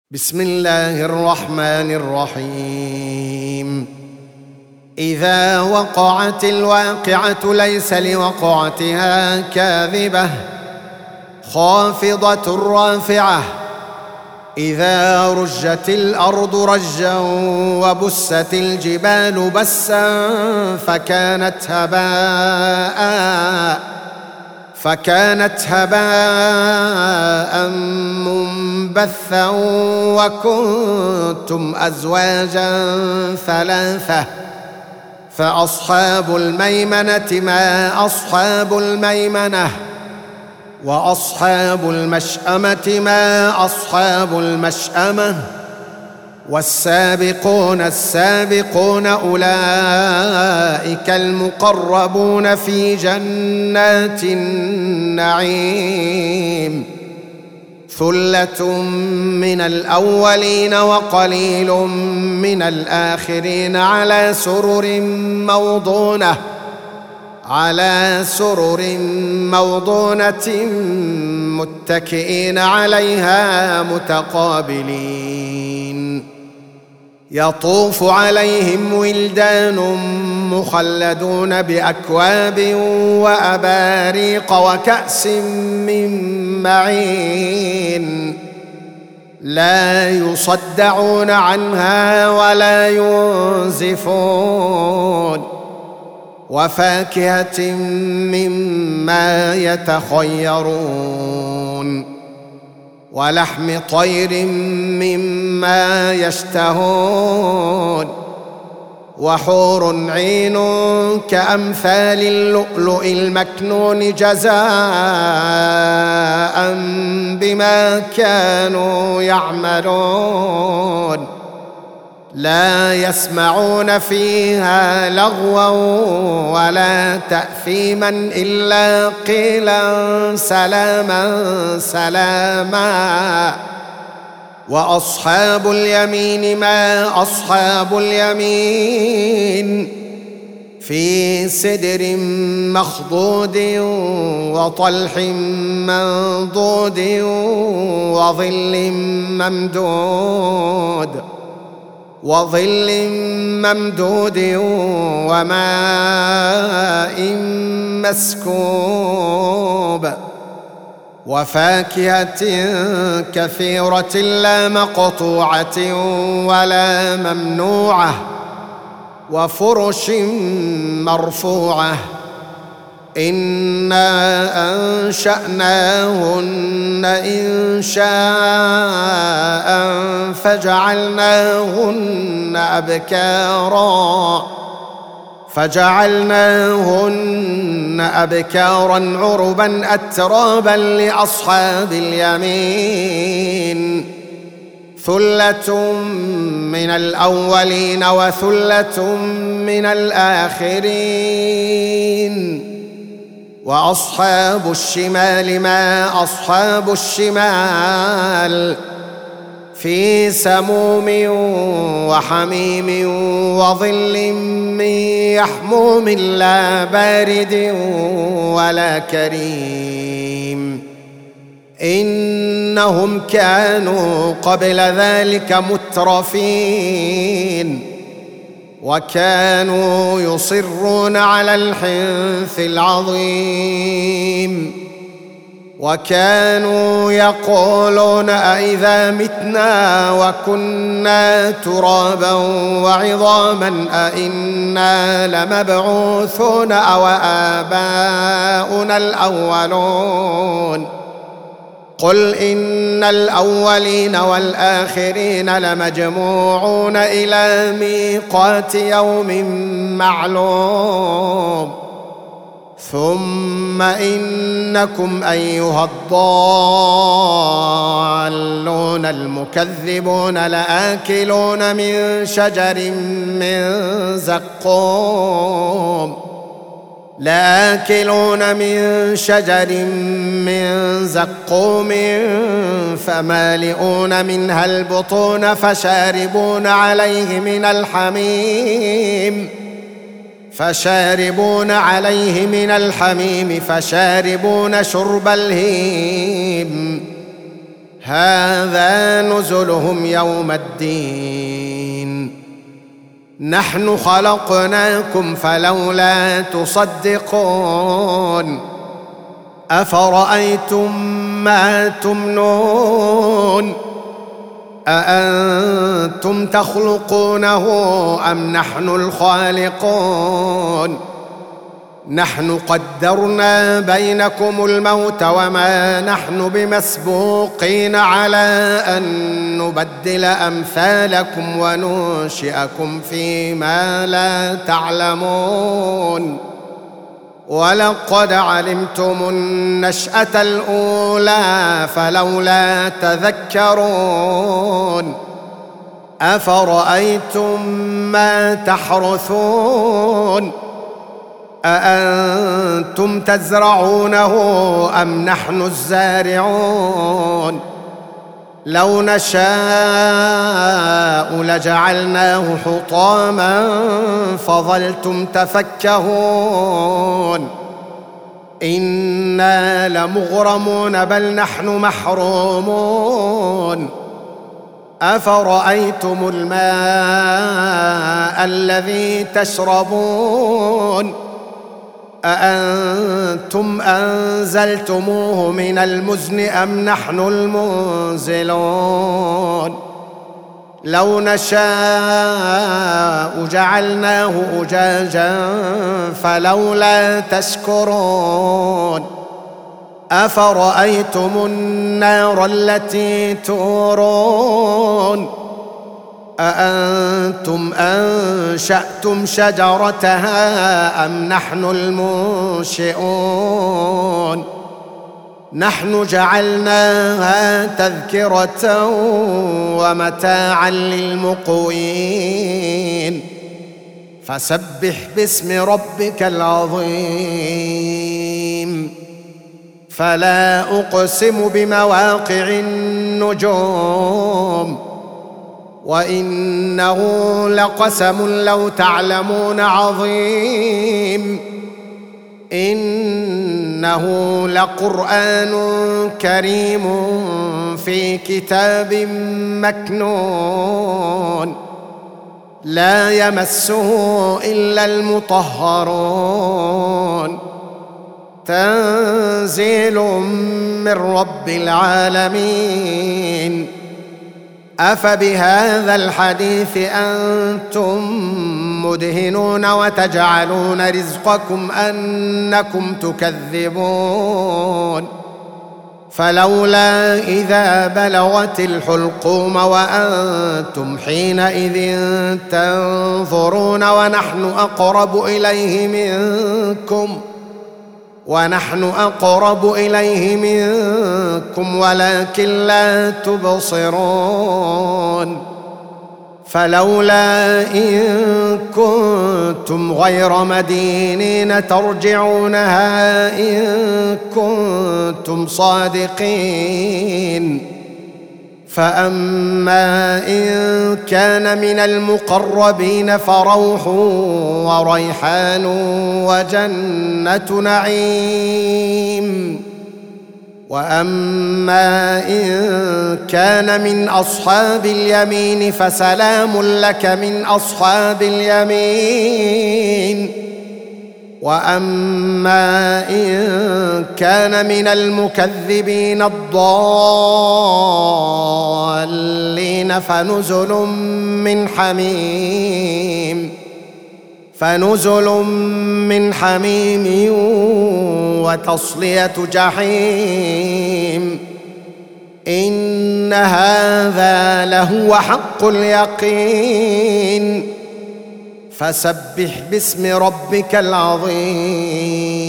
بسم الله الرحمن الرحيم. إذا وقعت الواقعة ليس لوقعتها كاذبة خافضة رافعة. إذا رجت الأرض رجا وبست الجبال بسا فكانت هباء منبثا وكنتم أزواجا ثلاثة فأصحاب الميمنة ما أصحاب الميمنة وأصحاب المشأمة ما أصحاب المشأمة والسابقون السابقون أولئك المقربون في جنات النعيم. ثلة من الأولين وقليل من الآخرين على سرر موضونة متكئين عليها متقابلين. يطوف عليهم ولدان مخلدون بأكواب وأباريق وكأس من معين لا يصدعون عنها ولا ينزفون. وفاكهة مما يتخيرون ولحم طير مما يشتهون وحور عين كأمثال اللؤلؤ المكنون جزاء بما كانوا يعملون. لا يسمعون فيها لغوا ولا تأثيما إلا قيلا سلاما سلاما. وأصحاب اليمين ما أصحاب اليمين في سدر مخضود وطلح منضود وظل ممدود وماء مسكوب وفاكهة كثيرة لا مقطوعة ولا ممنوعة وفرش مرفوعة. إنا أنشأناهن إنشاء فجعلناهن أبكارا عربا أترابا لأصحاب اليمين. ثلة من الأولين وثلة من الآخرين. وأصحاب الشمال ما أصحاب الشمال في سموم وحميم وظل من يحموم لا بارد ولا كريم. إنهم كانوا قبل ذلك مترفين وكانوا يصرون على الحنث العظيم وكانوا يقولون أئذا متنا وكنا ترابا وعظاما أئنا لمبعوثون أو آباؤنا الأولون. قل إن الأولين والآخرين لمجموعون إلى ميقات يوم معلوم. ثم إنكم أيها الضالون المكذبون لآكلون من شجر من زقوم فمالئون منها البطون فشاربون عليه من الحميم فشاربون شرب الهيم. هذا نزلهم يوم الدين نحن خلقناكم فلولا تصدقون أفرأيتم ما تمنون أأنتم تخلقونه أم نحن الخالقون نحن قدرنا بينكم الموت وما نحن بمسبوقين على أن نبدل أمثالكم وننشئكم فيما لا تعلمون ولقد علمتم النشأة الأولى فلولا تذكرون أفرأيتم ما تحرثون أأنتم تزرعونه أم نحن الزارعون لو نشاء لجعلناه حطاما فظلتم تفكهون إنا لمغرمون بل نحن محرومون أفرأيتم الماء الذي تشربون أأنتم أنزلتموه من المزن أم نحن المنزلون لو نشاء جعلناه أجاجا فلولا تشكرون أفرأيتم النار التي تورون أأنتم أنشأتم شجرتها أم نحن المنشئون نحن جعلناها تذكرة ومتاعا للمقوين فسبح باسم ربك العظيم فلا أقسم بمواقع النجوم وإنه لقسم لو تعلمون عظيم إنه لقرآن كريم في كتاب مكنون لا يمسه إلا المطهرون تنزيل من رب العالمين أفبهذا الحديث أنتم مدهنون وتجعلون رزقكم أنكم تكذبون فلولا إذا بلغت الحلقوم وأنتم حينئذ تنظرون ونحن أقرب إليه منكم ولكن لا تبصرون فلولا إن كنتم غير مدينين ترجعونها إن كنتم صادقين فأما إن كان من المقربين فروح وريحان وجنة نعيم وأما إن كان من أصحاب اليمين فسلام لك من أصحاب اليمين وأما إن كان من المكذبين الضالين فنزل من حميم وتصلية جحيم إن هذا لهو حق اليقين فسبح باسم ربك العظيم